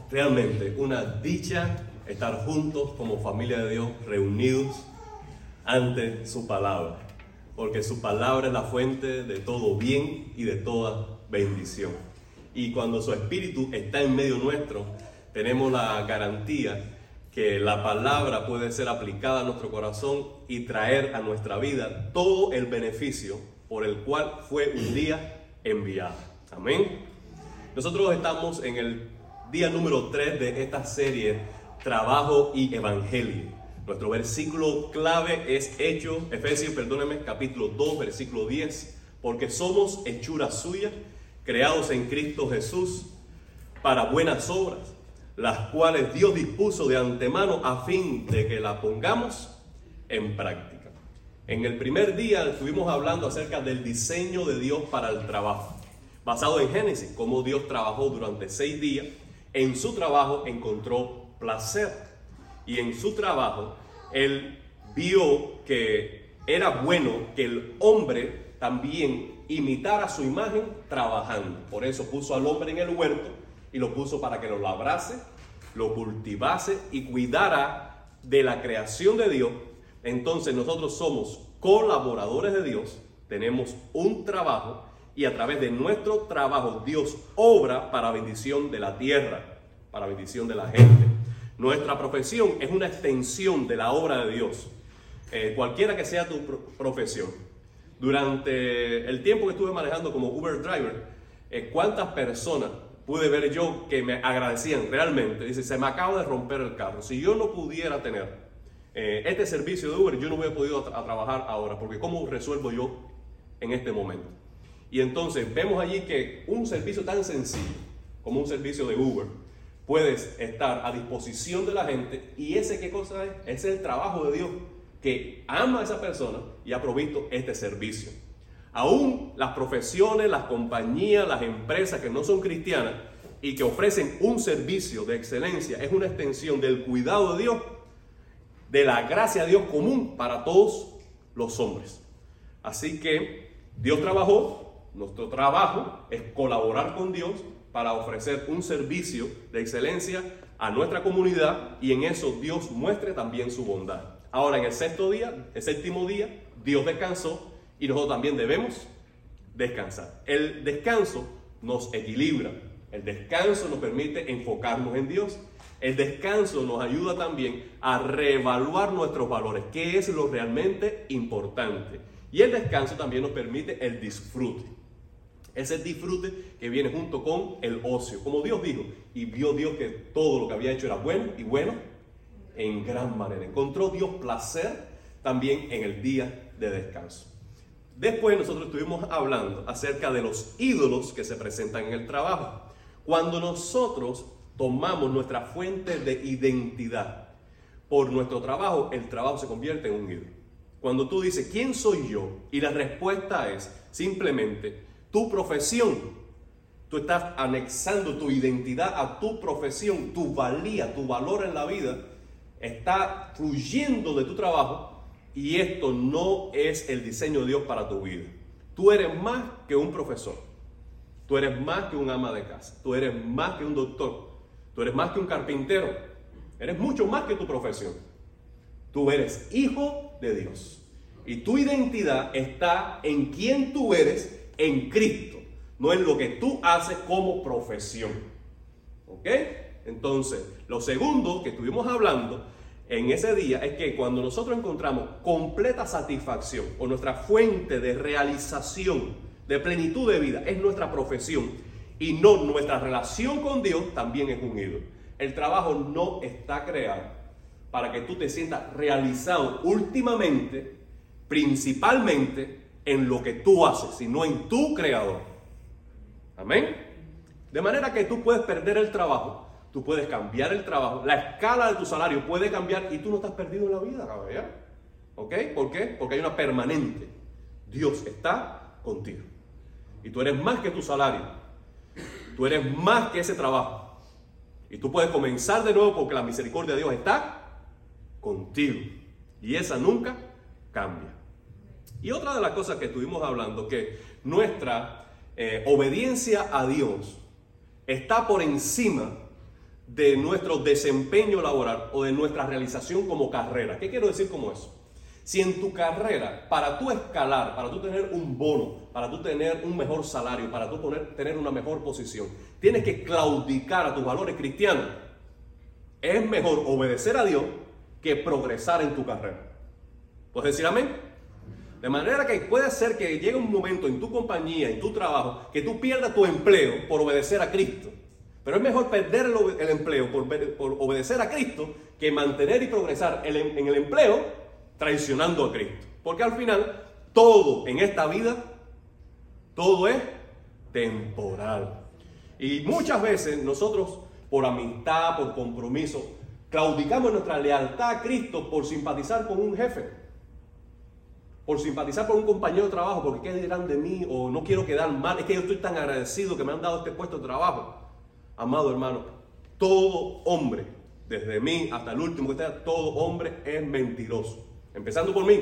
realmente una dicha estar juntos como familia de Dios, reunidos ante su palabra, porque su palabra es la fuente de todo bien y de toda bendición. Y cuando su Espíritu está en medio nuestro, tenemos la garantía que la palabra puede ser aplicada a nuestro corazón y traer a nuestra vida todo el beneficio por el cual fue un día enviada. Amén. Nosotros estamos en el día número 3 de esta serie, Trabajo y Evangelio. Nuestro versículo clave es Efesios, capítulo 2, versículo 10. Porque somos hechura suya, creados en Cristo Jesús, para buenas obras, las cuales Dios dispuso de antemano a fin de que las pongamos en práctica. En el primer día estuvimos hablando acerca del diseño de Dios para el trabajo, basado en Génesis, cómo Dios trabajó durante 6 días. En su trabajo encontró placer, y en su trabajo Él vio que era bueno que el hombre también imitara su imagen trabajando. Por eso puso al hombre en el huerto y lo puso para que lo labrase, lo cultivase y cuidara de la creación de Dios. Entonces nosotros somos colaboradores de Dios, tenemos un trabajo y a través de nuestro trabajo Dios obra para bendición de la tierra, para bendición de la gente. Nuestra profesión es una extensión de la obra de Dios, cualquiera que sea tu profesión. Durante el tiempo que estuve manejando como Uber driver, ¿cuántas personas pude ver yo que me agradecían realmente? Dice, se me acaba de romper el carro. Si yo no pudiera tener este servicio de Uber, yo no hubiera podido trabajar ahora, porque ¿cómo resuelvo yo en este momento? Y entonces vemos allí que un servicio tan sencillo como un servicio de Uber puedes estar a disposición de la gente, y ese ¿qué cosa es? Es el trabajo de Dios, que ama a esa persona y ha provisto este servicio. Aún las profesiones, las compañías, las empresas que no son cristianas y que ofrecen un servicio de excelencia, es una extensión del cuidado de Dios, de la gracia de Dios común para todos los hombres. Así que Dios trabajó, nuestro trabajo es colaborar con Dios para ofrecer un servicio de excelencia a nuestra comunidad, y en eso Dios muestre también su bondad. Ahora, en el séptimo día, Dios descansó y nosotros también debemos descansar. El descanso nos equilibra, el descanso nos permite enfocarnos en Dios, el descanso nos ayuda también a reevaluar nuestros valores, qué es lo realmente importante, y el descanso también nos permite el disfrute. Ese disfrute que viene junto con el ocio. Como Dios dijo, y vio Dios que todo lo que había hecho era bueno, y bueno en gran manera. Encontró Dios placer también en el día de descanso. Después nosotros estuvimos hablando acerca de los ídolos que se presentan en el trabajo. Cuando nosotros tomamos nuestra fuente de identidad por nuestro trabajo, el trabajo se convierte en un ídolo. Cuando tú dices, ¿quién soy yo? Y la respuesta es simplemente tu profesión. Tú estás anexando tu identidad a tu profesión, tu valía, tu valor en la vida está fluyendo de tu trabajo, y esto no es el diseño de Dios para tu vida. Tú eres más que un profesor, tú eres más que un ama de casa, tú eres más que un doctor, tú eres más que un carpintero, eres mucho más que tu profesión. Tú eres hijo de Dios y tu identidad está en quién tú eres en Cristo, no en lo que tú haces como profesión. ¿Ok? Entonces, lo segundo que estuvimos hablando en ese día es que cuando nosotros encontramos completa satisfacción o nuestra fuente de realización, de plenitud de vida, es nuestra profesión y no nuestra relación con Dios, también es un ídolo. El trabajo no está creado para que tú te sientas realizado últimamente, principalmente en lo que tú haces, sino en tu creador. Amén. De manera que tú puedes perder el trabajo, tú puedes cambiar el trabajo, la escala de tu salario puede cambiar y tú no estás perdido en la vida, caballero. ¿Ok? ¿Por qué? Porque hay una permanente. Dios está contigo. Y tú eres más que tu salario. Tú eres más que ese trabajo. Y tú puedes comenzar de nuevo porque la misericordia de Dios está contigo. Y esa nunca cambia. Y otra de las cosas que estuvimos hablando, que nuestra obediencia a Dios está por encima de nuestro desempeño laboral o de nuestra realización como carrera. ¿Qué quiero decir como eso? Si en tu carrera, para tú escalar, para tú tener un bono, para tú tener un mejor salario, para tú tener una mejor posición, tienes que claudicar a tus valores cristianos, es mejor obedecer a Dios que progresar en tu carrera. ¿Puedes decir amén? De manera que puede ser que llegue un momento en tu compañía, en tu trabajo, que tú pierdas tu empleo por obedecer a Cristo. Pero es mejor perder el empleo por obedecer a Cristo que mantener y progresar en el empleo traicionando a Cristo. Porque al final, todo en esta vida, todo es temporal. Y muchas veces nosotros, por amistad, por compromiso, claudicamos nuestra lealtad a Cristo por simpatizar con un jefe, por simpatizar con un compañero de trabajo, porque qué dirán de mí, o no quiero quedar mal, es que yo estoy tan agradecido que me han dado este puesto de trabajo. Amado hermano, todo hombre, desde mí hasta el último que esté, todo hombre es mentiroso. Empezando por mí,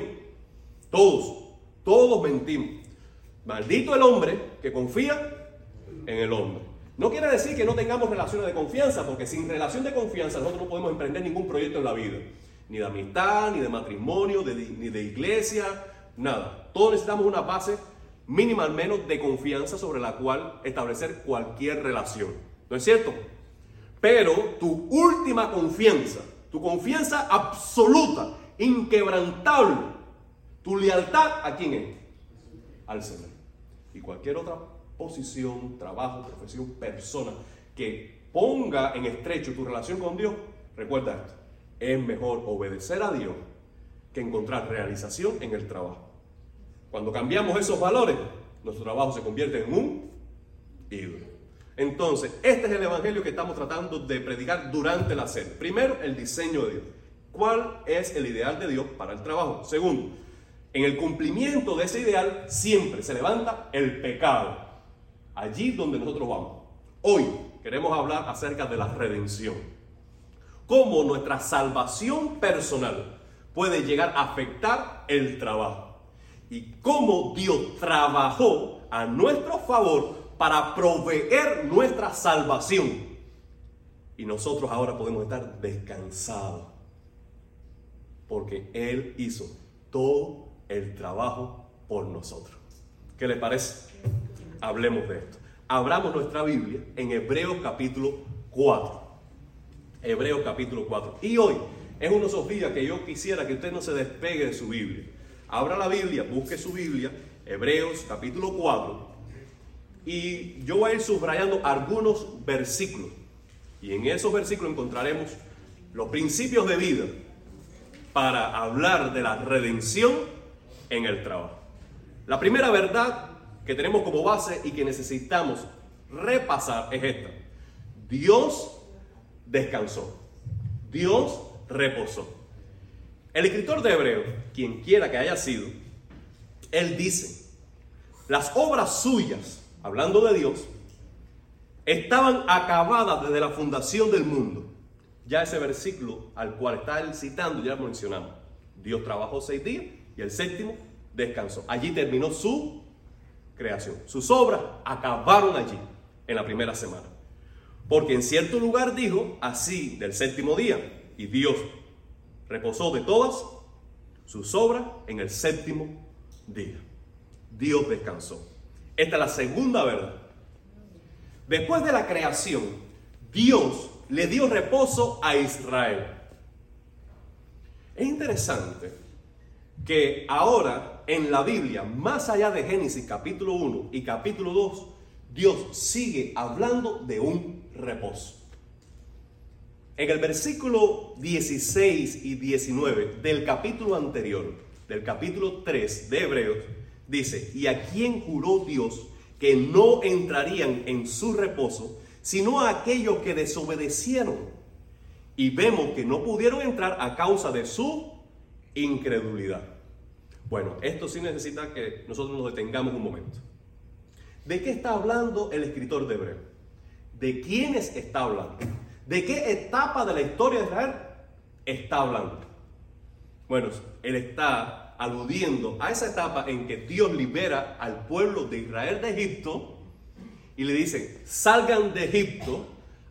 todos mentimos. Maldito el hombre que confía en el hombre. No quiere decir que no tengamos relaciones de confianza, porque sin relación de confianza nosotros no podemos emprender ningún proyecto en la vida. Ni de amistad, ni de matrimonio, ni de iglesia, nada. Todos necesitamos una base mínima al menos de confianza sobre la cual establecer cualquier relación. ¿No es cierto? Pero tu última confianza, tu confianza absoluta, inquebrantable, tu lealtad, ¿a quién es? Al Señor. Y cualquier otra posición, trabajo, profesión, persona que ponga en estrecho tu relación con Dios, recuerda esto: es mejor obedecer a Dios que encontrar realización en el trabajo. Cuando cambiamos esos valores, nuestro trabajo se convierte en un ídolo. Entonces, este es el evangelio que estamos tratando de predicar durante la serie. Primero, el diseño de Dios. ¿Cuál es el ideal de Dios para el trabajo? Segundo, en el cumplimiento de ese ideal siempre se levanta el pecado. Allí donde nosotros vamos. Hoy queremos hablar acerca de la redención. Cómo nuestra salvación personal puede llegar a afectar el trabajo. Y cómo Dios trabajó a nuestro favor para proveer nuestra salvación. Y nosotros ahora podemos estar descansados, porque Él hizo todo el trabajo por nosotros. ¿Qué les parece? Hablemos de esto. Abramos nuestra Biblia en Hebreos capítulo 4. Hebreos capítulo 4. Y hoy es uno de esos días que yo quisiera que usted no se despegue de su Biblia. Abra la Biblia, busque su Biblia, Hebreos capítulo 4. Y yo voy a ir subrayando algunos versículos. Y en esos versículos encontraremos los principios de vida para hablar de la redención en el trabajo. La primera verdad que tenemos como base y que necesitamos repasar es esta: Dios descansó, Dios reposó. El escritor de Hebreos, quien quiera que haya sido, él dice: las obras suyas, hablando de Dios, estaban acabadas desde la fundación del mundo. Ya ese versículo al cual está él citando, ya lo mencionamos. Dios trabajó 6 días y el séptimo descansó. Allí terminó su creación. Sus obras acabaron allí, en la primera semana. Porque en cierto lugar dijo así del séptimo día, y Dios reposó de todas sus obras en el séptimo día. Dios descansó. Esta es la segunda verdad. Después de la creación, Dios le dio reposo a Israel. Es interesante que ahora en la Biblia, más allá de Génesis capítulo 1 y capítulo 2, Dios sigue hablando de un reposo. En el versículo 16 y 19 del capítulo anterior, del capítulo 3 de Hebreos, dice: y a quien juró Dios que no entrarían en su reposo, sino a aquellos que desobedecieron. Y vemos que no pudieron entrar a causa de su incredulidad. Bueno, esto sí necesita que nosotros nos detengamos un momento. ¿De qué está hablando el escritor de Hebreos? ¿De quiénes está hablando? ¿De qué etapa de la historia de Israel está hablando? Bueno, él está aludiendo a esa etapa en que Dios libera al pueblo de Israel de Egipto y le dice: salgan de Egipto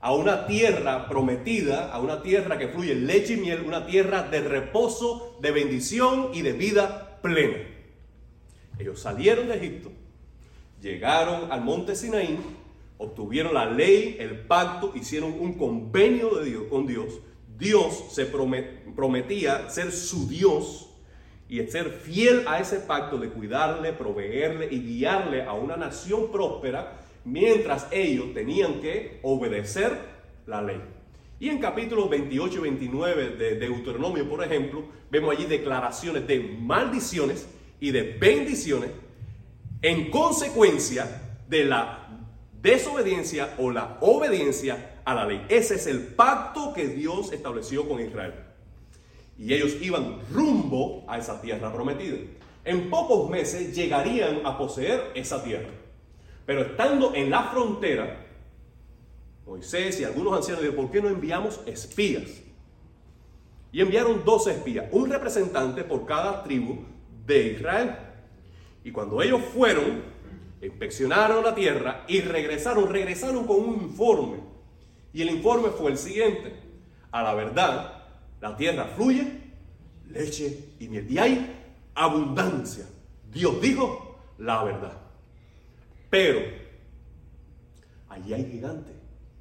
a una tierra prometida, a una tierra que fluye leche y miel, una tierra de reposo, de bendición y de vida plena. Ellos salieron de Egipto, llegaron al monte Sinaí, obtuvieron la ley, el pacto, hicieron un convenio de Dios, con Dios. Dios se prometía ser su Dios y ser fiel a ese pacto de cuidarle, proveerle y guiarle a una nación próspera, mientras ellos tenían que obedecer la ley. Y en capítulos 28 y 29 de Deuteronomio, por ejemplo, vemos allí declaraciones de maldiciones y de bendiciones en consecuencia de la desobediencia o la obediencia a la ley. Ese es el pacto que Dios estableció con Israel. Y ellos iban rumbo a esa tierra prometida. En pocos meses llegarían a poseer esa tierra. Pero estando en la frontera, Moisés y algunos ancianos dijeron: ¿por qué no enviamos espías? Y enviaron 12 espías, un representante por cada tribu de Israel. Y cuando ellos fueron, inspeccionaron la tierra y regresaron con un informe. Y el informe fue el siguiente: a la verdad, la tierra fluye leche y miel, y hay abundancia. Dios dijo la verdad. Pero allí hay gigantes.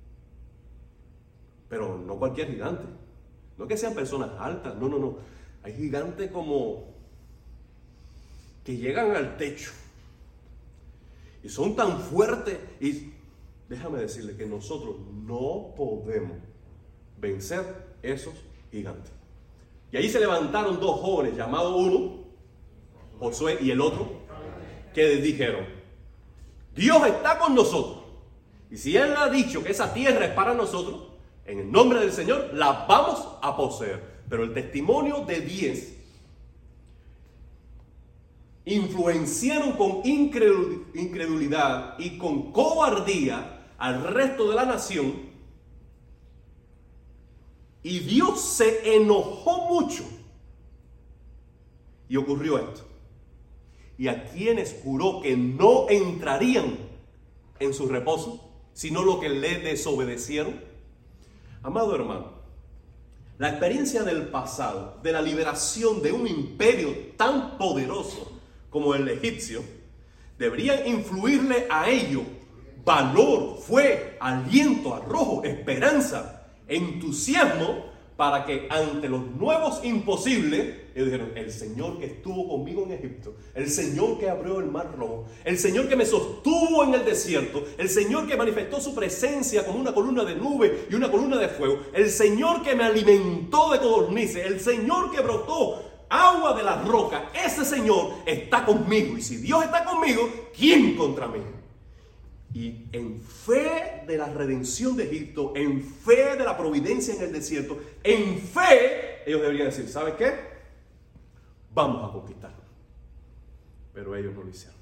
Pero no cualquier gigante. No que sean personas altas. No. Hay gigantes como que llegan al techo. Y son tan fuertes. Y déjame decirle que nosotros no podemos vencer esos gigantes. Y ahí se levantaron 2 jóvenes, llamados uno, Josué, y el otro, que dijeron: Dios está con nosotros. Y si Él ha dicho que esa tierra es para nosotros, en el nombre del Señor la vamos a poseer. Pero el testimonio de 10 influenciaron con incredulidad y con cobardía al resto de la nación. Y Dios se enojó mucho. Y ocurrió esto. Y a quienes juró que no entrarían en su reposo, sino lo que le desobedecieron. Amado hermano, la experiencia del pasado, de la liberación de un imperio tan poderoso como el egipcio, debería influirle a ellos valor, fe, aliento, arrojo, esperanza, entusiasmo, para que ante los nuevos imposibles, ellos dijeron: el Señor que estuvo conmigo en Egipto, el Señor que abrió el mar rojo, el Señor que me sostuvo en el desierto, el Señor que manifestó su presencia como una columna de nube y una columna de fuego, el Señor que me alimentó de codornices, el Señor que brotó agua de la roca, ese Señor está conmigo. Y si Dios está conmigo, ¿quién contra mí? Y en fe de la redención de Egipto, en fe de la providencia en el desierto, en fe, ellos deberían decir: ¿sabes qué? Vamos a conquistar. Pero ellos no lo hicieron.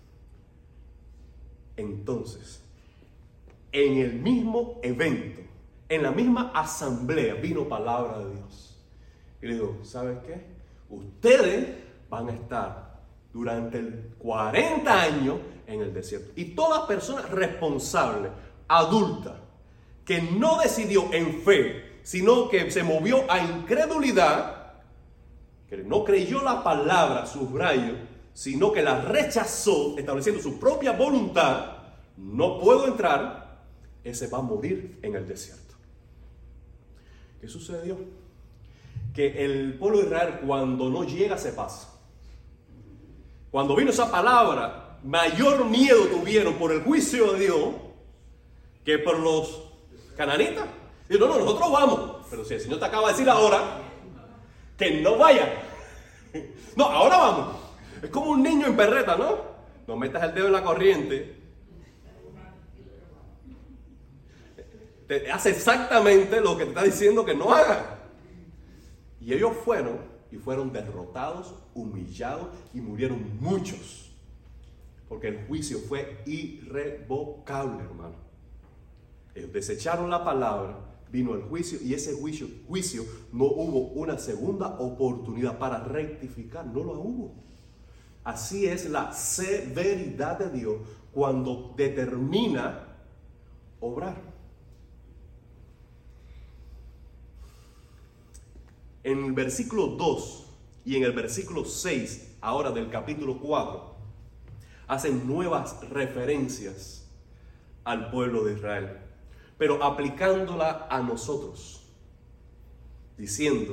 Entonces, en el mismo evento, en la misma asamblea, vino palabra de Dios. Y le digo: ¿sabes qué? Ustedes van a estar durante 40 años en el desierto. Y toda persona responsable, adulta, que no decidió en fe, sino que se movió a incredulidad, que no creyó la palabra, subrayo, sino que la rechazó, estableciendo su propia voluntad, no puedo entrar, ese va a morir en el desierto. ¿Qué sucedió? Que el pueblo de Israel, cuando no llega, se pasa. Cuando vino esa palabra, mayor miedo tuvieron por el juicio de Dios que por los cananitas. Y no, nosotros vamos. Pero si el Señor te acaba de decir ahora que no vayan. No, ahora vamos. Es como un niño en perreta, ¿no? No metas el dedo en la corriente. Te hace exactamente lo que te está diciendo que no haga. Y ellos fueron derrotados, humillados, y murieron muchos. Porque el juicio fue irrevocable, hermano. Ellos desecharon la palabra, vino el juicio, y ese juicio no hubo una segunda oportunidad para rectificar, no lo hubo. Así es la severidad de Dios cuando determina obrar. en el versículo 2 y en el versículo 6, ahora del capítulo 4, hacen nuevas referencias al pueblo de Israel, pero aplicándola a nosotros, diciendo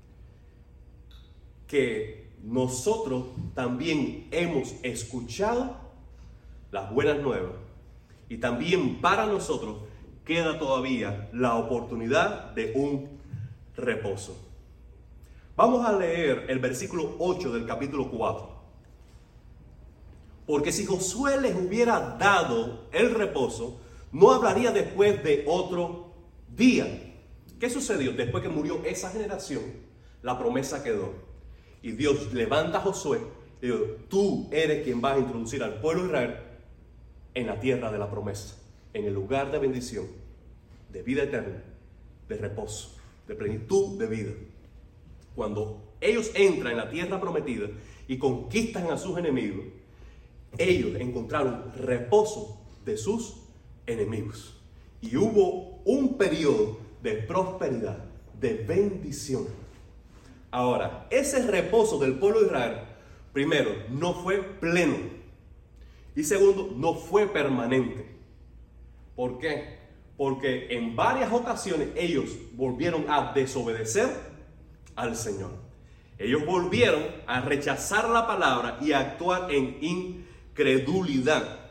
que nosotros también hemos escuchado las buenas nuevas y también para nosotros queda todavía la oportunidad de un reposo. Vamos a leer el versículo 8 del capítulo 4. Porque si Josué les hubiera dado el reposo, no hablaría después de otro día. ¿Qué sucedió? Después que murió esa generación, la promesa quedó. Y Dios levanta a Josué y dice: tú eres quien va a introducir al pueblo de Israel en la tierra de la promesa, en el lugar de bendición, de vida eterna, de reposo, de plenitud de vida. Cuando ellos entran en la tierra prometida y conquistan a sus enemigos, ellos encontraron reposo de sus enemigos. Y hubo un periodo de prosperidad, de bendición. Ahora, ese reposo del pueblo de Israel, primero, no fue pleno. Y segundo, no fue permanente. ¿Por qué? Porque en varias ocasiones ellos volvieron a desobedecer al Señor. Ellos volvieron a rechazar la palabra y a actuar en incredulidad.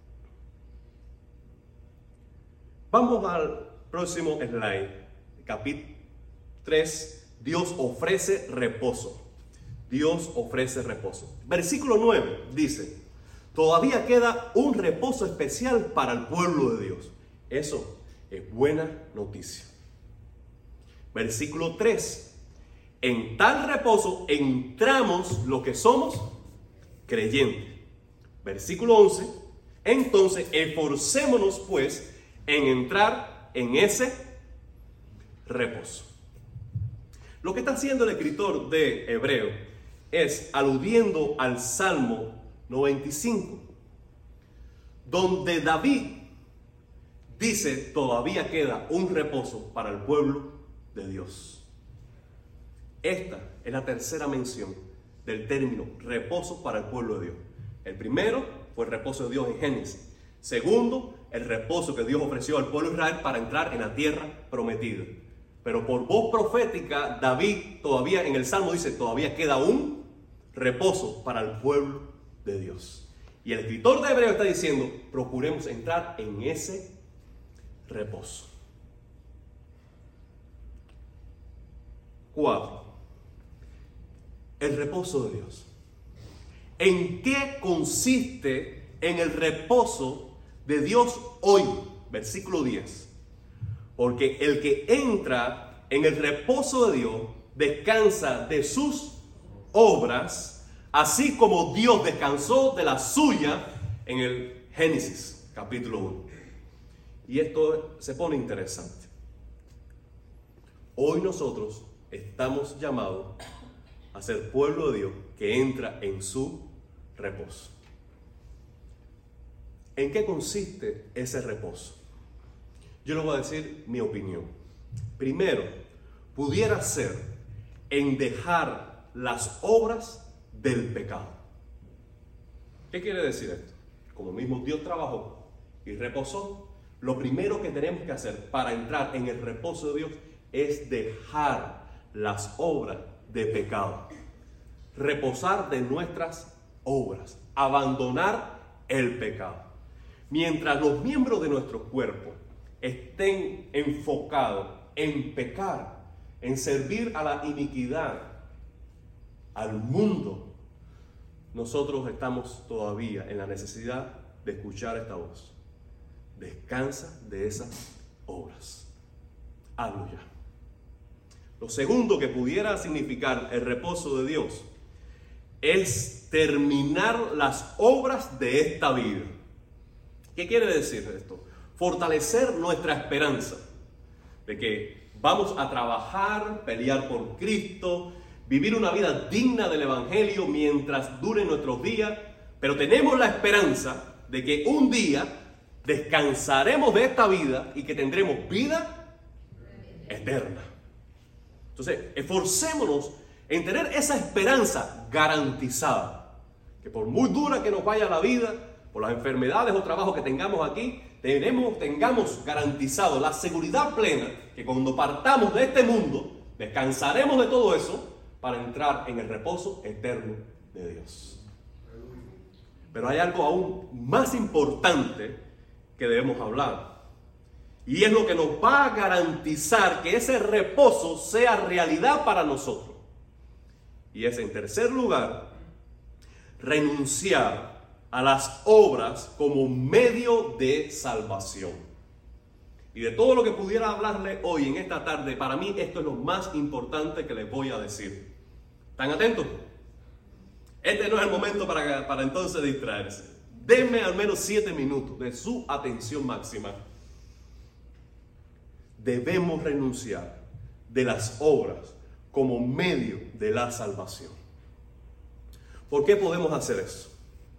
Vamos al próximo slide, capítulo 3. Dios ofrece reposo. Dios ofrece reposo. Versículo 9 dice: todavía queda un reposo especial para el pueblo de Dios. Eso es buena noticia. Versículo 3: en tal reposo entramos los que somos creyentes. Versículo 11: entonces esforcémonos pues en entrar en ese reposo. Lo que está haciendo el escritor de Hebreo es aludiendo al Salmo 95, donde David dice: todavía queda un reposo para el pueblo de Dios. Esta es la tercera mención del término reposo para el pueblo de Dios. El primero fue el reposo de Dios en Génesis. Segundo, el reposo que Dios ofreció al pueblo de Israel para entrar en la tierra prometida. Pero por voz profética, David todavía en el Salmo dice: todavía queda un reposo para el pueblo de Dios. Y el escritor de Hebreo está diciendo: procuremos entrar en ese reposo. 4. El reposo de Dios. ¿En qué consiste en el reposo de Dios hoy? Versículo 10. Porque el que entra en el reposo de Dios descansa de sus obras, así como Dios descansó de la suya en el Génesis, capítulo 1. Y esto se pone interesante. Hoy nosotros estamos llamados a ser pueblo de Dios que entra en su reposo. ¿En qué consiste ese reposo? Yo les voy a decir mi opinión. Primero, pudiera ser en dejar las obras del pecado. ¿Qué quiere decir esto? Como mismo Dios trabajó y reposó, lo primero que tenemos que hacer para entrar en el reposo de Dios es dejar las obras de pecado. Reposar de nuestras obras. Abandonar el pecado. Mientras los miembros de nuestro cuerpo estén enfocados en pecar, en servir a la iniquidad, al mundo, nosotros estamos todavía en la necesidad de escuchar esta voz. Descansa de esas obras. Hazlo ya. Lo segundo que pudiera significar el reposo de Dios es terminar las obras de esta vida. ¿Qué quiere decir esto? Fortalecer nuestra esperanza de que vamos a trabajar, pelear por Cristo, vivir una vida digna del Evangelio mientras duren nuestros días, pero tenemos la esperanza de que un día descansaremos de esta vida y que tendremos vida eterna. Entonces, esforcémonos en tener esa esperanza garantizada. Que por muy dura que nos vaya la vida, por las enfermedades o trabajos que tengamos aquí, tengamos garantizado la seguridad plena que cuando partamos de este mundo, descansaremos de todo eso para entrar en el reposo eterno de Dios. Pero hay algo aún más importante que debemos hablar. Y es lo que nos va a garantizar que ese reposo sea realidad para nosotros. Y es, en tercer lugar, renunciar a las obras como medio de salvación. Y de todo lo que pudiera hablarle hoy en esta tarde, para mí esto es lo más importante que les voy a decir. ¿Están atentos? Este no es el momento para entonces distraerse. Denme al menos 7 minutos de su atención máxima. Debemos renunciar de las obras como medio de la salvación. ¿Por qué podemos hacer eso?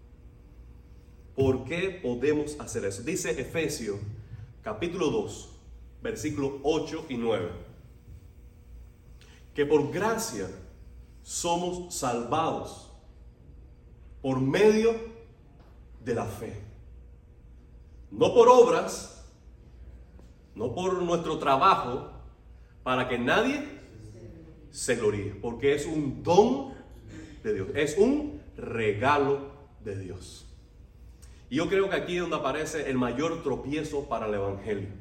¿Por qué podemos hacer eso? Dice Efesios capítulo 2, versículos 8 y 9. Que por gracia somos salvados por medio de la fe. No por obras, no por nuestro trabajo, para que nadie se gloríe, porque es un don de Dios, es un regalo de Dios. Y yo creo que aquí es donde aparece el mayor tropiezo para el evangelio,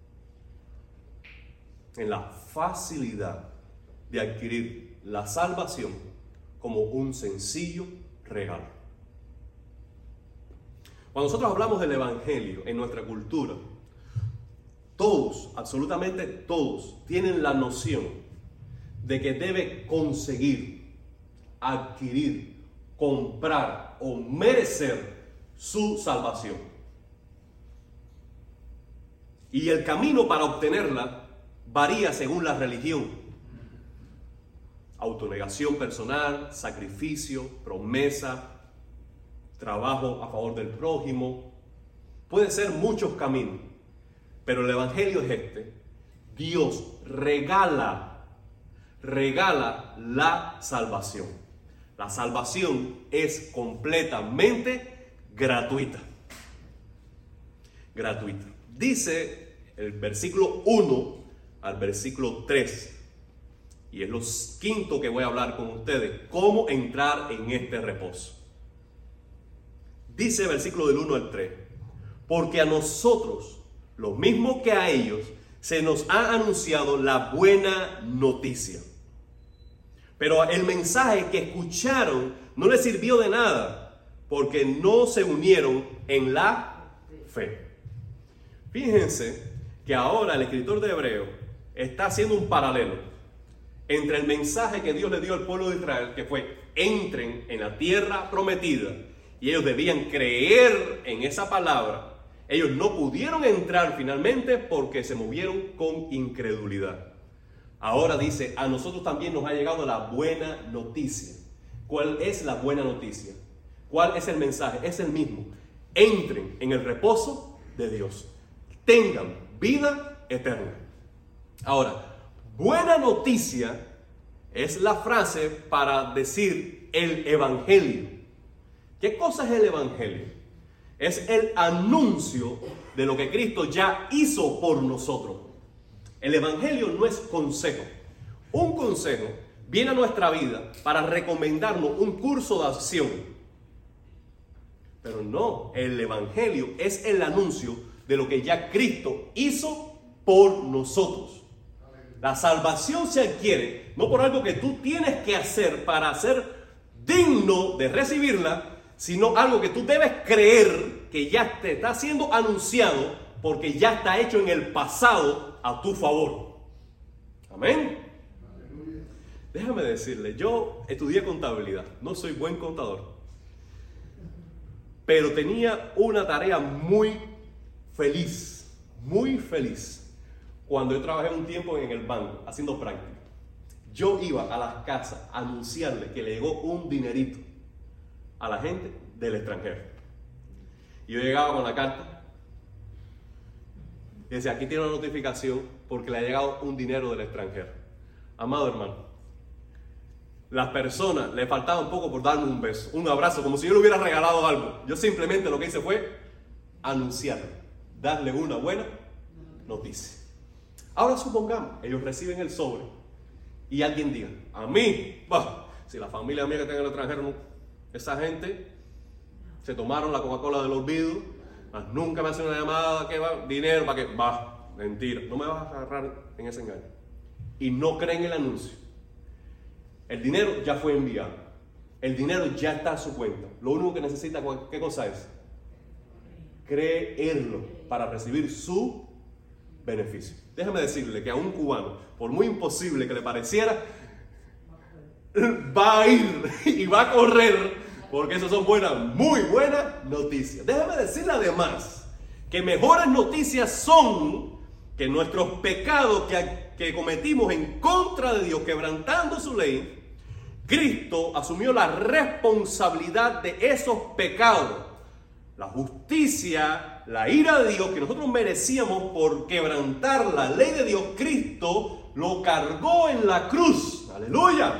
en la facilidad de adquirir la salvación como un sencillo regalo. Cuando nosotros hablamos del evangelio en nuestra cultura, todos, absolutamente todos, tienen la noción de que debe conseguir, adquirir, comprar o merecer su salvación. Y el camino para obtenerla varía según la religión. Autonegación personal, sacrificio, promesa, trabajo a favor del prójimo. Puede ser muchos caminos, pero el evangelio es este. Dios regala la salvación. La salvación es completamente gratuita. Gratuita. Dice el versículo 1 al versículo 3. Y es lo quinto que voy a hablar con ustedes. Cómo entrar en este reposo. Dice el versículo del 1 al 3. Porque a nosotros, lo mismo que a ellos, se nos ha anunciado la buena noticia. Pero el mensaje que escucharon no les sirvió de nada, porque no se unieron en la fe. Fíjense que ahora el escritor de Hebreo está haciendo un paralelo entre el mensaje que Dios le dio al pueblo de Israel, que fue: entren en la tierra prometida, y ellos debían creer en esa palabra. Ellos no pudieron entrar finalmente porque se movieron con incredulidad. Ahora dice, a nosotros también nos ha llegado la buena noticia. ¿Cuál es la buena noticia? ¿Cuál es el mensaje? Es el mismo. Entren en el reposo de Dios. Tengan vida eterna. Ahora, buena noticia es la frase para decir el evangelio. ¿Qué cosa es el evangelio? Es el anuncio de lo que Cristo ya hizo por nosotros. El evangelio no es consejo. Un consejo viene a nuestra vida para recomendarnos un curso de acción. Pero no, el evangelio es el anuncio de lo que ya Cristo hizo por nosotros. La salvación se adquiere no por algo que tú tienes que hacer para ser digno de recibirla, sino algo que tú debes creer que ya te está siendo anunciado porque ya está hecho en el pasado a tu favor. Amén. Déjame decirle, yo estudié contabilidad, no soy buen contador, pero tenía una tarea muy feliz, cuando yo trabajé un tiempo en el banco haciendo práctica. Yo iba a las casas a anunciarle que le llegó un dinerito a la gente del extranjero. Y yo llegaba con la carta y decía, aquí tiene una notificación porque le ha llegado un dinero del extranjero. Amado hermano, las personas le faltaba un poco por darme un beso, un abrazo, como si yo le hubiera regalado algo. Yo simplemente lo que hice fue anunciarle, darle una buena noticia. Ahora supongamos, ellos reciben el sobre y alguien diga, a mí, si la familia mía que está en el extranjero, esa gente se tomaron la Coca-Cola del olvido, nunca me hacen una llamada, ¿qué va? Dinero, ¿para qué? Mentira, no me vas a agarrar en ese engaño. Y no creen el anuncio. El dinero ya fue enviado. El dinero ya está a su cuenta. Lo único que necesita, ¿qué cosa es? Creerlo para recibir su beneficio. Déjame decirle que a un cubano, por muy imposible que le pareciera, va a ir y va a correr, porque esas son muy buenas noticias. Déjame decirle además que mejores noticias son que nuestros pecados que cometimos en contra de Dios, quebrantando su ley, Cristo asumió la responsabilidad de esos pecados. La justicia, la ira de Dios que nosotros merecíamos por quebrantar la ley de Dios, Cristo lo cargó en la cruz. ¡Aleluya!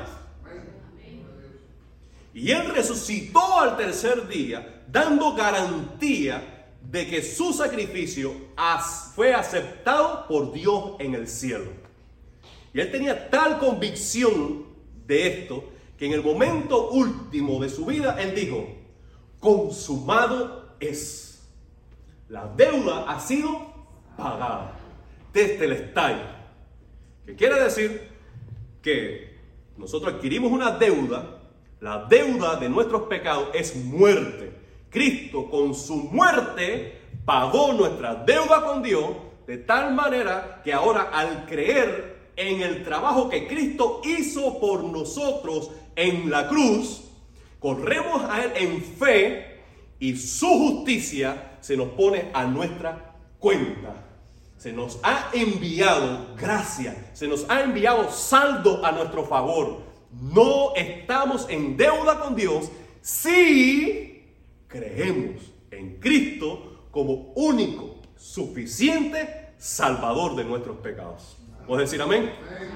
Y Él resucitó al tercer día, dando garantía de que su sacrificio fue aceptado por Dios en el cielo. Y Él tenía tal convicción de esto, que en el momento último de su vida, Él dijo, consumado es. La deuda ha sido pagada. Tetelestai. Que quiere decir que nosotros adquirimos una deuda. La deuda de nuestros pecados es muerte. Cristo con su muerte pagó nuestra deuda con Dios, de tal manera que ahora al creer en el trabajo que Cristo hizo por nosotros en la cruz, corremos a Él en fe y su justicia se nos pone a nuestra cuenta. Se nos ha enviado gracia, se nos ha enviado saldo a nuestro favor. No estamos en deuda con Dios si creemos en Cristo como único, suficiente Salvador de nuestros pecados. ¿Puedes decir amén?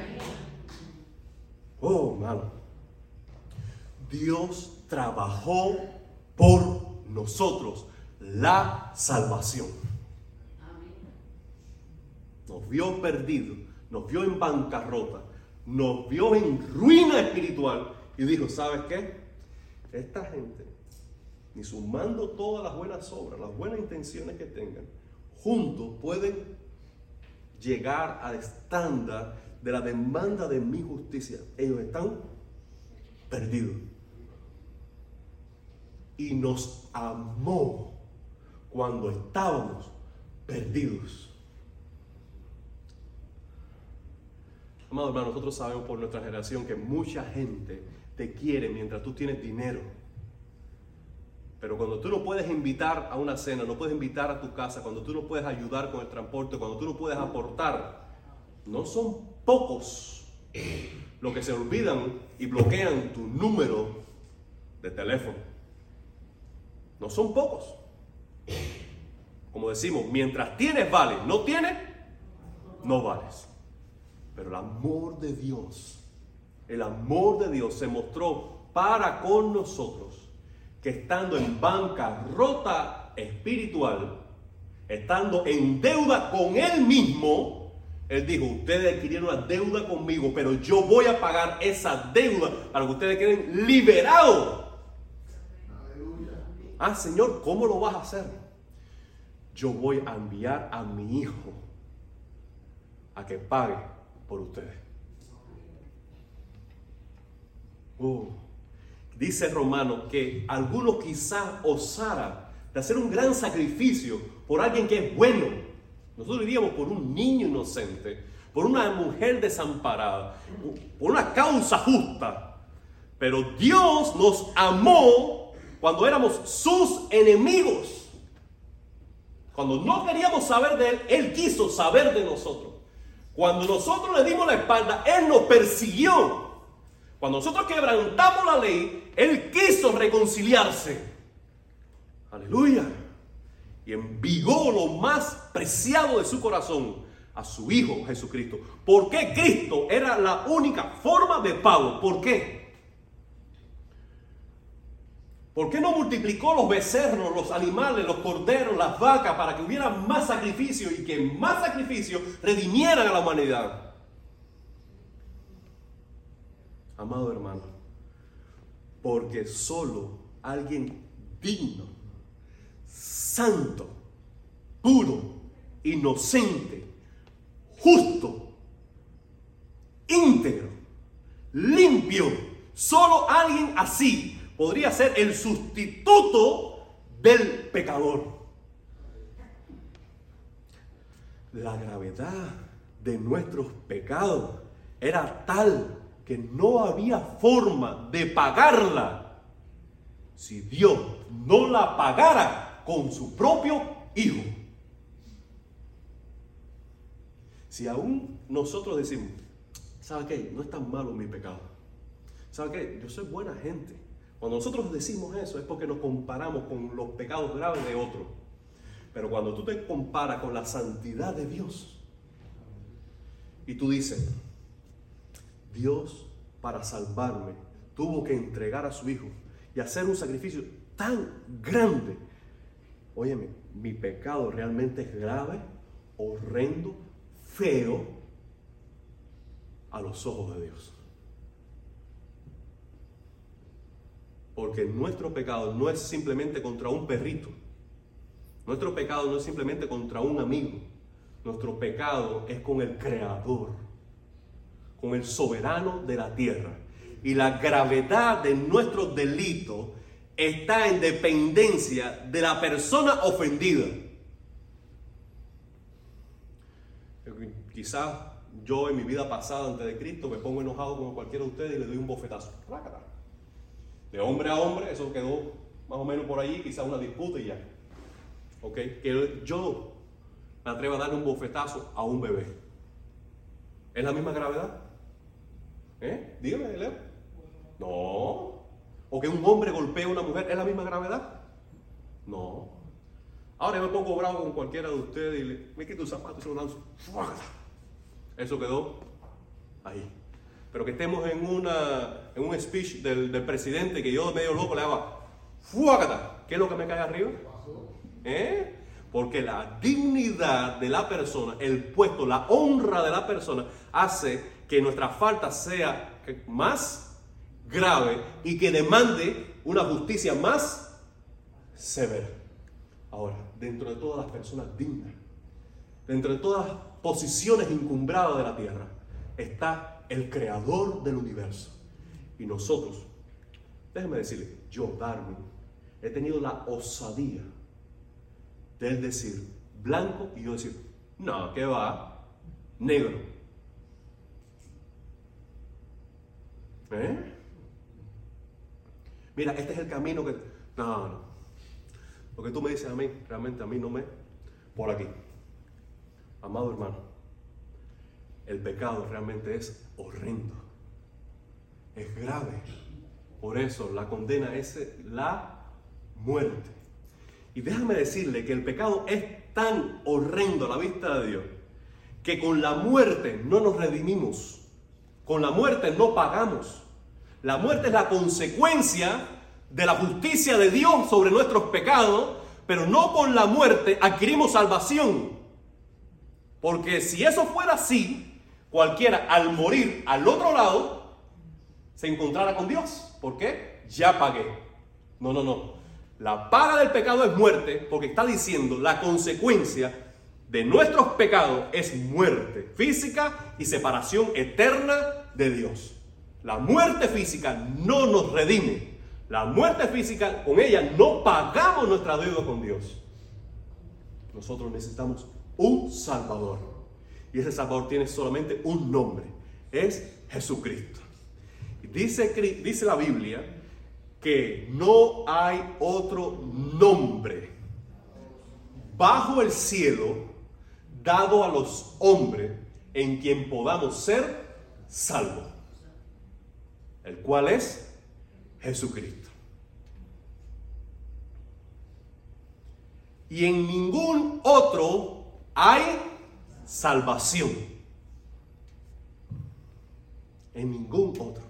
Oh, hermano. Dios trabajó por nosotros la salvación. Nos vio perdidos, nos vio en bancarrota, nos vio en ruina espiritual y dijo, ¿sabes qué? Esta gente, ni sumando todas las buenas obras, las buenas intenciones que tengan, juntos pueden llegar al estándar de la demanda de mi justicia. Ellos están perdidos. Y nos amó cuando estábamos perdidos. Amado hermano, nosotros sabemos por nuestra generación que mucha gente te quiere mientras tú tienes dinero. Pero cuando tú no puedes invitar a una cena, no puedes invitar a tu casa, cuando tú no puedes ayudar con el transporte, cuando tú no puedes aportar, no son pocos los que se olvidan y bloquean tu número de teléfono. No son pocos. Como decimos, mientras tienes vales, no tienes, no vales. Pero el amor de Dios se mostró para con nosotros, que estando en bancarrota espiritual, estando en deuda con Él mismo, Él dijo, ustedes adquirieron una deuda conmigo, pero yo voy a pagar esa deuda para que ustedes queden liberados. Ah, Señor, ¿cómo lo vas a hacer? Yo voy a enviar a mi hijo a que pague por ustedes. Dice Romano que algunos quizás osaran de hacer un gran sacrificio por alguien que es bueno. Nosotros diríamos por un niño inocente, por una mujer desamparada, por una causa justa. Pero Dios nos amó cuando éramos sus enemigos. Cuando no queríamos saber de Él, Él quiso saber de nosotros. Cuando nosotros le dimos la espalda, Él nos persiguió. Cuando nosotros quebrantamos la ley, Él quiso reconciliarse. Aleluya. Y envigó lo más preciado de su corazón a su Hijo Jesucristo. ¿Por qué Cristo era la única forma de pago? ¿Por qué? ¿Por qué no multiplicó los becerros, los animales, los corderos, las vacas para que hubiera más sacrificio y que más sacrificios redimieran a la humanidad? Amado hermano, porque solo alguien digno, santo, puro, inocente, justo, íntegro, limpio, solo alguien así podría ser el sustituto del pecador. La gravedad de nuestros pecados era tal que no había forma de pagarla si Dios no la pagara con su propio Hijo. Si aún nosotros decimos, ¿sabe qué? No es tan malo mi pecado. ¿Sabe qué? Yo soy buena gente. Cuando nosotros decimos eso es porque nos comparamos con los pecados graves de otros. Pero cuando tú te comparas con la santidad de Dios y tú dices, Dios para salvarme tuvo que entregar a su Hijo y hacer un sacrificio tan grande. Óyeme, mi pecado realmente es grave, horrendo, feo a los ojos de Dios. Porque nuestro pecado no es simplemente contra un perrito. Nuestro pecado no es simplemente contra un amigo. Nuestro pecado es con el Creador, con el soberano de la tierra. Y la gravedad de nuestro delito está en dependencia de la persona ofendida. Quizás yo en mi vida pasada antes de Cristo me pongo enojado como cualquiera de ustedes y le doy un bofetazo. De hombre a hombre, eso quedó más o menos por allí, quizás una disputa y ya. ¿Ok? Que yo me atrevo a darle un bofetazo a un bebé. ¿Es la misma gravedad? Dígame, Leo. No. ¿O que un hombre golpee a una mujer es la misma gravedad? No. Ahora yo me pongo bravo con cualquiera de ustedes y me quito un zapato y se lo lanzo. Eso quedó ahí. Pero que estemos en un speech del presidente que yo medio loco le haga ¡fuácata! ¿Qué es lo que me cae arriba? Porque la dignidad de la persona, el puesto, la honra de la persona hace que nuestra falta sea más grave y que demande una justicia más severa. Ahora, dentro de todas las personas dignas, dentro de todas las posiciones encumbradas de la tierra, está el Creador del universo. Y nosotros, déjeme decirle, yo, Darwin, he tenido la osadía de él decir blanco y yo decir, no, ¿qué va? Negro. Mira, este es el camino que... No. Lo que tú me dices a mí, realmente a mí no me... Por aquí. Amado hermano, el pecado realmente es horrendo. Es grave. Por eso la condena es la muerte. Y déjame decirle que el pecado es tan horrendo a la vista de Dios que con la muerte no nos redimimos. Con la muerte no pagamos. La muerte es la consecuencia de la justicia de Dios sobre nuestros pecados, pero no con la muerte adquirimos salvación. Porque si eso fuera así, cualquiera al morir al otro lado se encontrara con Dios. ¿Por qué? Ya pagué. No. La paga del pecado es muerte, porque está diciendo la consecuencia de nuestros pecados es muerte física y separación eterna de Dios. La muerte física no nos redime. La muerte física, con ella no pagamos nuestra deuda con Dios. Nosotros necesitamos un Salvador. Y ese Salvador tiene solamente un nombre. Es Jesucristo. Y dice la Biblia que no hay otro nombre bajo el cielo dado a los hombres en quien podamos ser salvos. El cual es Jesucristo. Y en ningún otro hay salvación en ningún otro.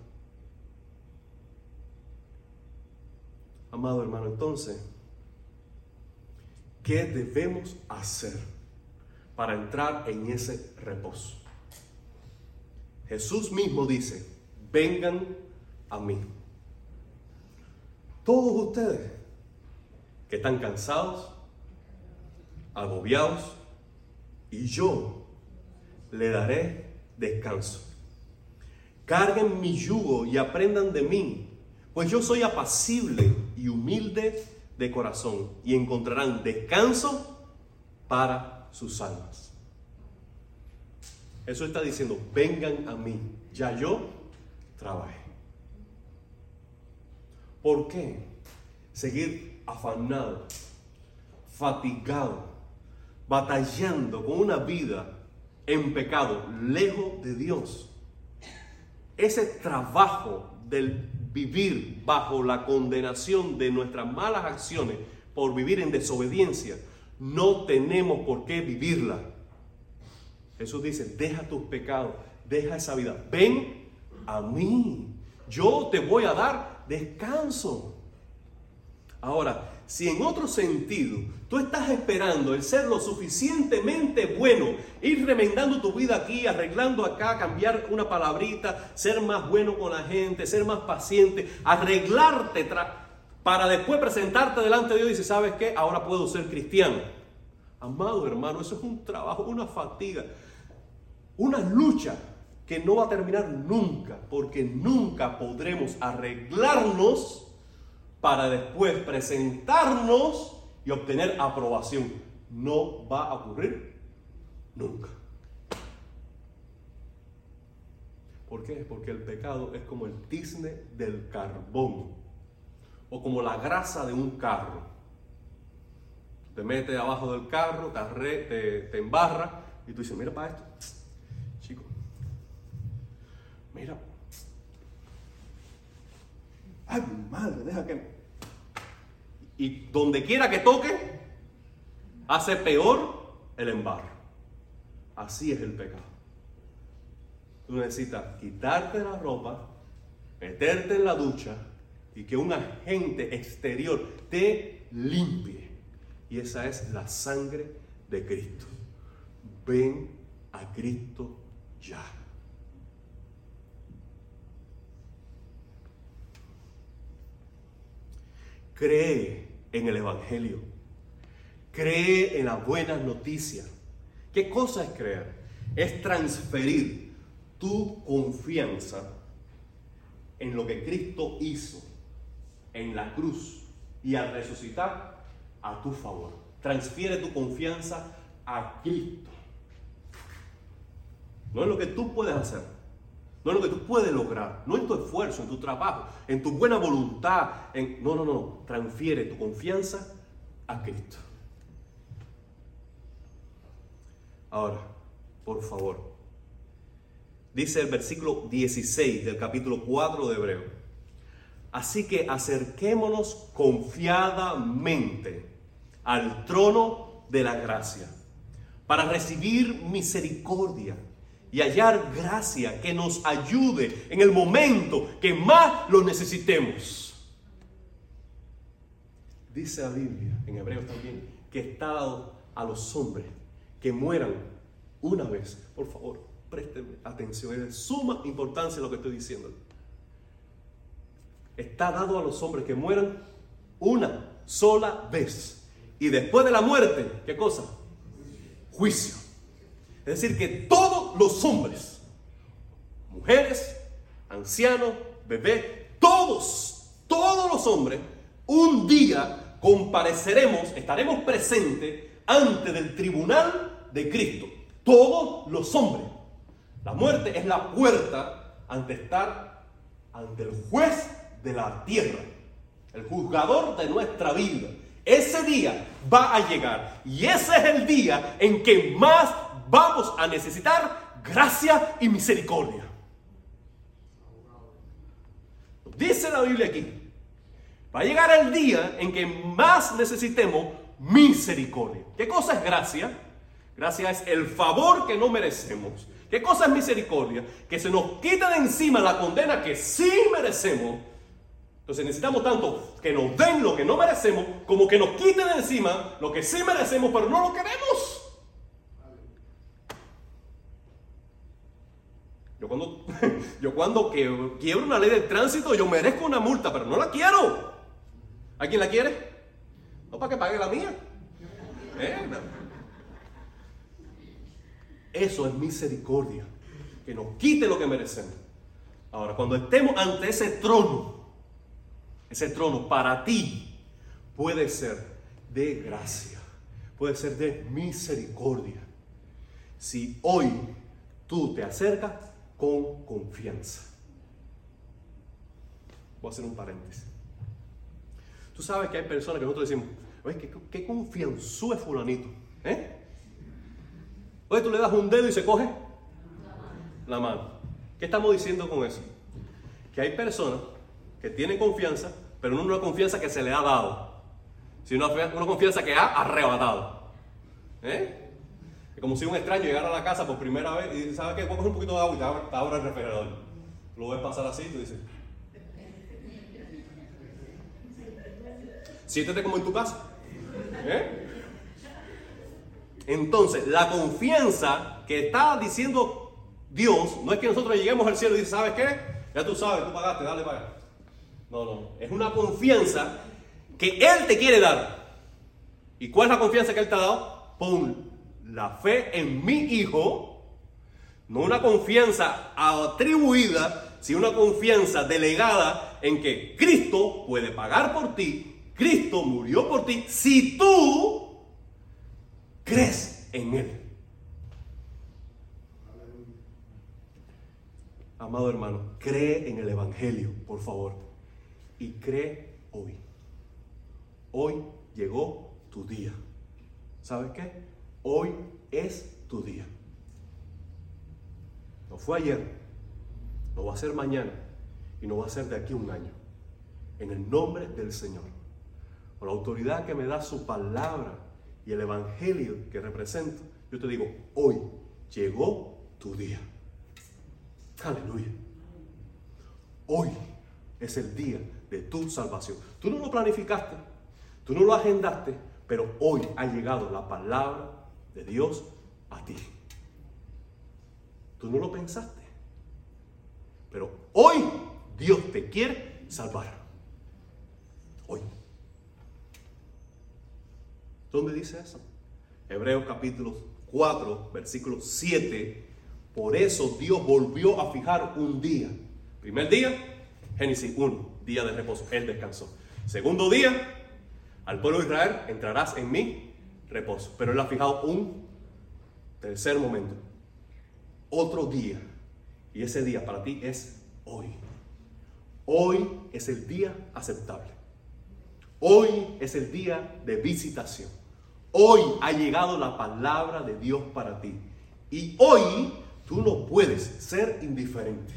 Amado hermano, entonces, ¿qué debemos hacer para entrar en ese reposo? Jesús mismo dice, vengan a mí. Todos ustedes que están cansados, agobiados, y yo le daré descanso. Carguen mi yugo y aprendan de mí, pues yo soy apacible y humilde de corazón, y encontrarán descanso para sus almas. Jesús está diciendo, vengan a mí, ya yo trabajé. ¿Por qué seguir afanado, fatigado, batallando con una vida en pecado, lejos de Dios? Ese trabajo del vivir bajo la condenación de nuestras malas acciones por vivir en desobediencia, no tenemos por qué vivirla. Jesús dice, deja tus pecados, deja esa vida, ven a mí, yo te voy a dar descanso. Ahora, si en otro sentido tú estás esperando el ser lo suficientemente bueno, ir remendando tu vida aquí, arreglando acá, cambiar una palabrita, ser más bueno con la gente, ser más paciente, arreglarte para después presentarte delante de Dios y decir, ¿sabes qué? Ahora puedo ser cristiano. Amado hermano, eso es un trabajo, una fatiga, una lucha que no va a terminar nunca, porque nunca podremos arreglarnos para después presentarnos y obtener aprobación. No va a ocurrir nunca. ¿Por qué? Porque el pecado es como el tizne del carbón o como la grasa de un carro. Te metes abajo del carro, te embarra y tú dices, mira para esto, chico, mira. Ay, madre, deja que... Y donde quiera que toque, hace peor el embarro. Así es el pecado. Tú necesitas quitarte la ropa, meterte en la ducha y que un agente exterior te limpie. Y esa es la sangre de Cristo. Ven a Cristo ya. Cree en el Evangelio. Cree en las buenas noticias. ¿Qué cosa es creer? Es transferir tu confianza en lo que Cristo hizo en la cruz y al resucitar a tu favor. Transfiere tu confianza a Cristo. No es lo que tú puedes hacer, no es lo que tú puedes lograr, no en tu esfuerzo, en tu trabajo, en tu buena voluntad. No. Transfiere tu confianza a Cristo. Ahora, por favor, dice el versículo 16 del capítulo 4 de Hebreo. Así que acerquémonos confiadamente al trono de la gracia para recibir misericordia y hallar gracia que nos ayude en el momento que más lo necesitemos. Dice la Biblia, en Hebreos también, que está dado a los hombres que mueran una vez. Por favor, presten atención, es de suma importancia lo que estoy diciendo. Está dado a los hombres que mueran una sola vez. Y después de la muerte, ¿qué cosa? Juicio. Es decir, que todos los hombres, mujeres, ancianos, bebés, todos los hombres, un día compareceremos, estaremos presentes ante el tribunal de Cristo. Todos los hombres. La muerte es la puerta ante estar ante el juez de la tierra, el juzgador de nuestra vida. Ese día va a llegar y ese es el día en que más vamos a necesitar gracia y misericordia. Dice la Biblia aquí, va a llegar el día en que más necesitemos misericordia. ¿Qué cosa es gracia? Gracia es el favor que no merecemos. ¿Qué cosa es misericordia? Que se nos quita de encima la condena que sí merecemos. Entonces necesitamos tanto que nos den lo que no merecemos, como que nos quiten de encima lo que sí merecemos, pero no lo queremos. Yo cuando quiebro una ley de tránsito, yo merezco una multa, pero no la quiero. ¿Alguien la quiere? No, para que pague la mía. No. Eso es misericordia, que nos quite lo que merecemos. Ahora, cuando estemos ante ese trono para ti puede ser de gracia, puede ser de misericordia. Si hoy tú te acercas con confianza. Voy a hacer un paréntesis. Tú sabes que hay personas que nosotros decimos, oye, qué confianzú es fulanito. Oye, tú le das un dedo y se coge la mano. ¿Qué estamos diciendo con eso? Que hay personas que tienen confianza, pero no una confianza que se le ha dado, sino una confianza que ha arrebatado. Es como si un extraño llegara a la casa por primera vez y dice, ¿sabes qué? Voy a coger un poquito de agua y te abro el refrigerador. Lo ves pasar así y tú dices, siéntete como en tu casa. Entonces, la confianza que está diciendo Dios, no es que nosotros lleguemos al cielo y dice, ¿sabes qué? Ya tú sabes, tú pagaste, dale para allá. No. Es una confianza que Él te quiere dar. ¿Y cuál es la confianza que Él te ha dado? Pon la fe en mi Hijo. No una confianza atribuida, sino una confianza delegada en que Cristo puede pagar por ti. Cristo murió por ti si tú crees en Él. Amado hermano, cree en el Evangelio, por favor. Y cree hoy. Hoy llegó tu día. ¿Sabes qué? Hoy es tu día. No fue ayer, no va a ser mañana y no va a ser de aquí a un año. En el nombre del Señor, por la autoridad que me da su palabra y el Evangelio que represento, yo te digo, hoy llegó tu día. Aleluya. Hoy es el día de tu salvación. Tú no lo planificaste, tú no lo agendaste, pero hoy ha llegado la palabra de Dios a ti. Tú no lo pensaste, pero hoy Dios te quiere salvar. Hoy. ¿Dónde dice eso? Hebreos capítulo 4, versículo 7. Por eso Dios volvió a fijar un día. Primer día, Génesis 1, día de reposo. Él descansó. Segundo día, al pueblo de Israel, entrarás en mi reposo. Pero Él ha fijado un tercer momento. Otro día. Y ese día para ti es hoy. Hoy es el día aceptable. Hoy es el día de visitación. Hoy ha llegado la palabra de Dios para ti. Y hoy tú no puedes ser indiferente.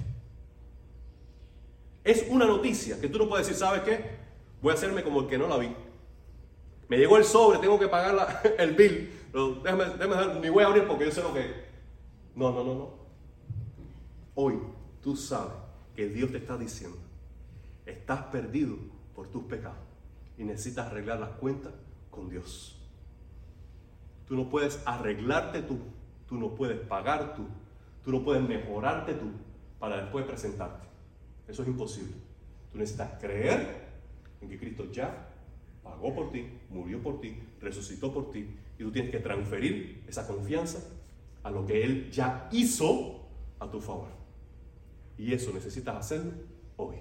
Es una noticia que tú no puedes decir, ¿sabes qué? Voy a hacerme como el que no la vi. Me llegó el sobre, tengo que pagar el bill. Pero déjame, ni voy a abrir porque yo sé lo que es. No. Hoy tú sabes que Dios te está diciendo, estás perdido por tus pecados y necesitas arreglar las cuentas con Dios. Tú no puedes arreglarte tú no puedes pagar tú no puedes mejorarte tú para después presentarte. Eso es imposible. Tú necesitas creer en que Cristo ya pagó por ti, murió por ti, resucitó por ti, y tú tienes que transferir esa confianza a lo que Él ya hizo a tu favor. Y eso necesitas hacerlo hoy.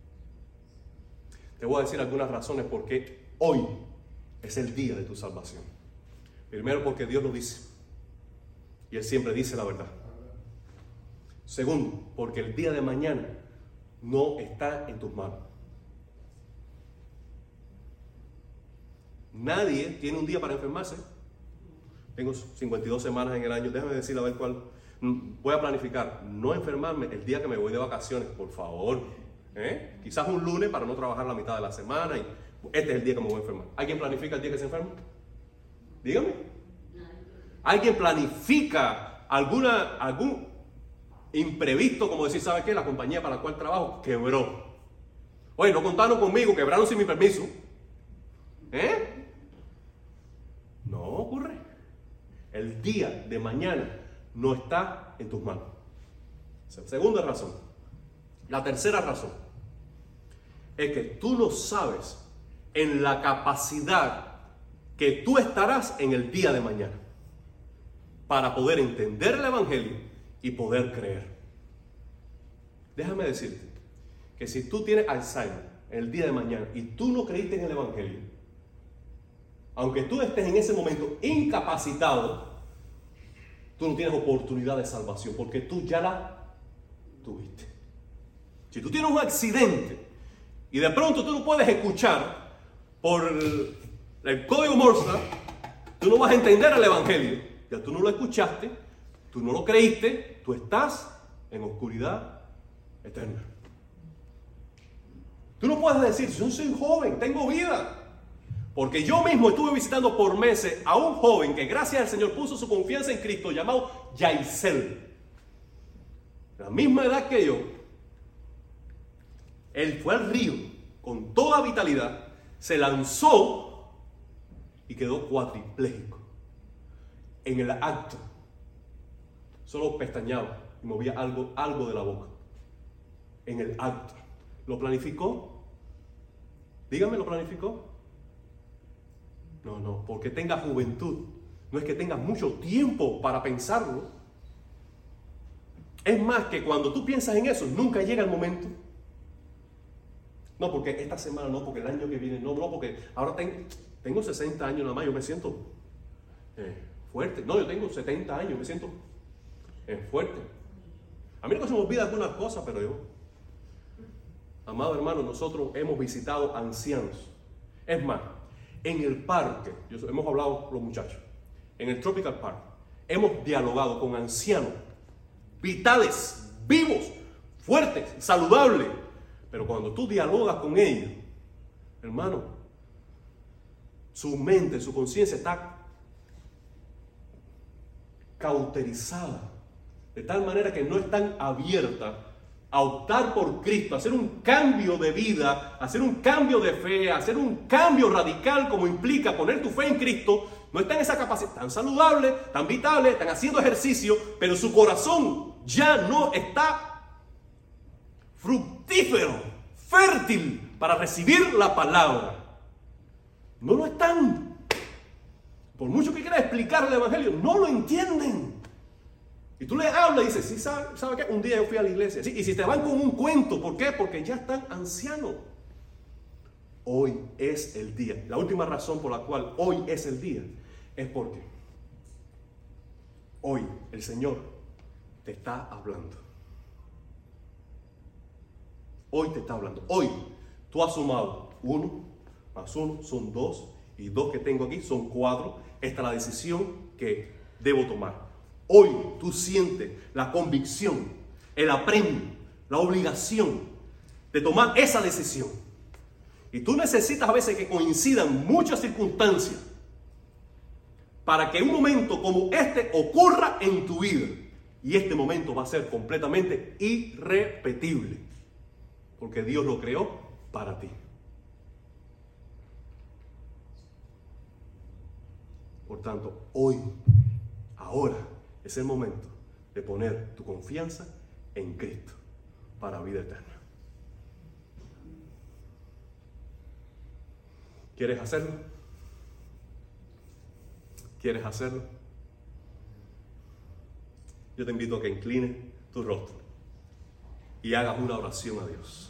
Te voy a decir algunas razones por qué hoy es el día de tu salvación. Primero, porque Dios lo dice. Y Él siempre dice la verdad. Segundo, porque el día de mañana no está en tus manos. Nadie tiene un día para enfermarse. Tengo 52 semanas en el año. Déjame decir a ver cuál. Voy a planificar no enfermarme el día que me voy de vacaciones, por favor. Quizás un lunes para no trabajar la mitad de la semana. Y este es el día que me voy a enfermar. ¿Alguien planifica el día que se enferma? Dígame. Alguien planifica algún imprevisto, como decir, ¿sabe qué? La compañía para la cual trabajo quebró. Oye, no contaron conmigo, quebraron sin mi permiso. No ocurre. El día de mañana no está en tus manos. Segunda razón. La tercera razón es que tú no sabes en la capacidad que tú estarás en el día de mañana para poder entender el Evangelio y poder creer. Déjame decirte que si tú tienes Alzheimer el día de mañana y tú no creíste en el Evangelio, aunque tú estés en ese momento incapacitado, tú no tienes oportunidad de salvación porque tú ya la tuviste. Si tú tienes un accidente y de pronto tú no puedes escuchar por el código Morse, tú no vas a entender el Evangelio. Ya tú no lo escuchaste, tú no lo creíste, tú estás en oscuridad eterna. Tú no puedes decir, yo soy joven, tengo vida. Porque yo mismo estuve visitando por meses a un joven que gracias al Señor puso su confianza en Cristo, llamado Yaisel. La misma edad que yo. Él fue al río con toda vitalidad, se lanzó y quedó cuadripléjico. En el acto, solo pestañeaba y movía algo de la boca. En el acto. ¿Lo planificó? Dígame, ¿lo planificó? No, porque tenga juventud. No es que tengas mucho tiempo para pensarlo. Es más que cuando tú piensas en eso, nunca llega el momento. No, porque esta semana no, porque el año que viene no, porque ahora tengo 60 años nada más, yo me siento fuerte. No, yo tengo 70 años, me siento fuerte. A mí no se me olvida algunas cosas, pero yo, amado hermano, nosotros hemos visitado ancianos. Es más, en el parque, hemos hablado los muchachos, en el Tropical Park, hemos dialogado con ancianos, vitales, vivos, fuertes, saludables. Pero cuando tú dialogas con ellos, hermano, su mente, su conciencia está cauterizada, de tal manera que no están abiertas a optar por Cristo, a hacer un cambio de vida, a hacer un cambio de fe, a hacer un cambio radical como implica poner tu fe en Cristo. No están en esa capacidad, tan saludables, tan vitales, están haciendo ejercicio, pero su corazón ya no está fructífero, fértil para recibir la palabra. No lo están. Por mucho que quiera explicar el Evangelio, no lo entienden. Y tú le hablas y dices, sí, ¿sabe qué? Un día yo fui a la iglesia. Sí, y si te van con un cuento, ¿por qué? Porque ya están ancianos. Hoy es el día. La última razón por la cual hoy es el día es porque hoy el Señor te está hablando. Hoy te está hablando. Hoy tú has sumado 1 más 1 son 2 y 2 que tengo aquí son 4. Esta es la decisión que debo tomar. Hoy tú sientes la convicción, el apremio, la obligación de tomar esa decisión. Y tú necesitas a veces que coincidan muchas circunstancias para que un momento como este ocurra en tu vida. Y este momento va a ser completamente irrepetible. Porque Dios lo creó para ti. Por tanto, hoy, ahora, es el momento de poner tu confianza en Cristo para vida eterna. ¿Quieres hacerlo? ¿Quieres hacerlo? Yo te invito a que inclines tu rostro y hagas una oración a Dios.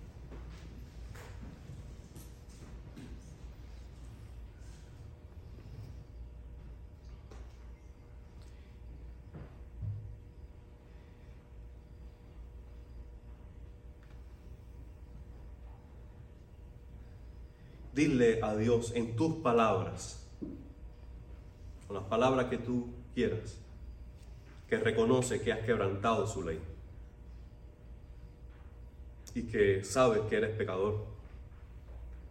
Dile a Dios en tus palabras, con las palabras que tú quieras, que reconoce que has quebrantado su ley y que sabes que eres pecador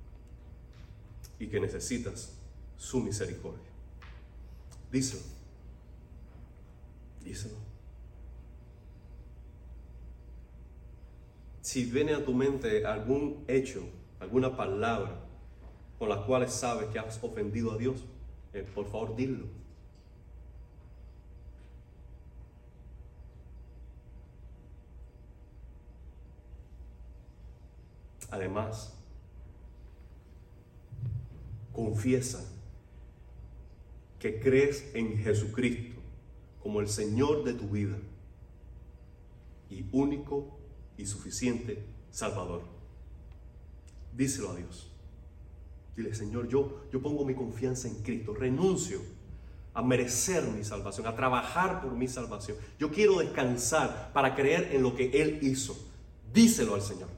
y que necesitas su misericordia. Díselo díselo. Si viene a tu mente algún hecho, alguna palabra con las cuales sabes que has ofendido a Dios, por favor, dilo. Además, confiesa que crees en Jesucristo como el Señor de tu vida y único y suficiente Salvador. Díselo a Dios. Dile: Señor, yo pongo mi confianza en Cristo, renuncio a merecer mi salvación, a trabajar por mi salvación. Yo quiero descansar para creer en lo que Él hizo. Díselo al Señor.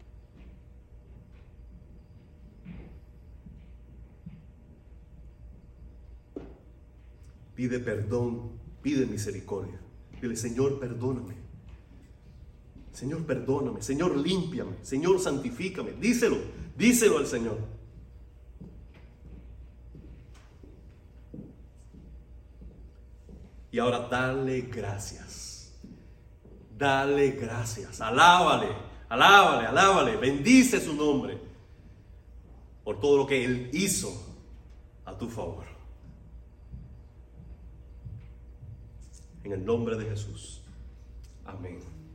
Pide perdón, pide misericordia. Dile: Señor, perdóname. Señor, perdóname. Señor, límpiame. Señor, santifícame. Díselo al Señor. Y ahora dale gracias. Dale gracias. Alábale. Bendice su nombre por todo lo que Él hizo a tu favor. En el nombre de Jesús. Amén.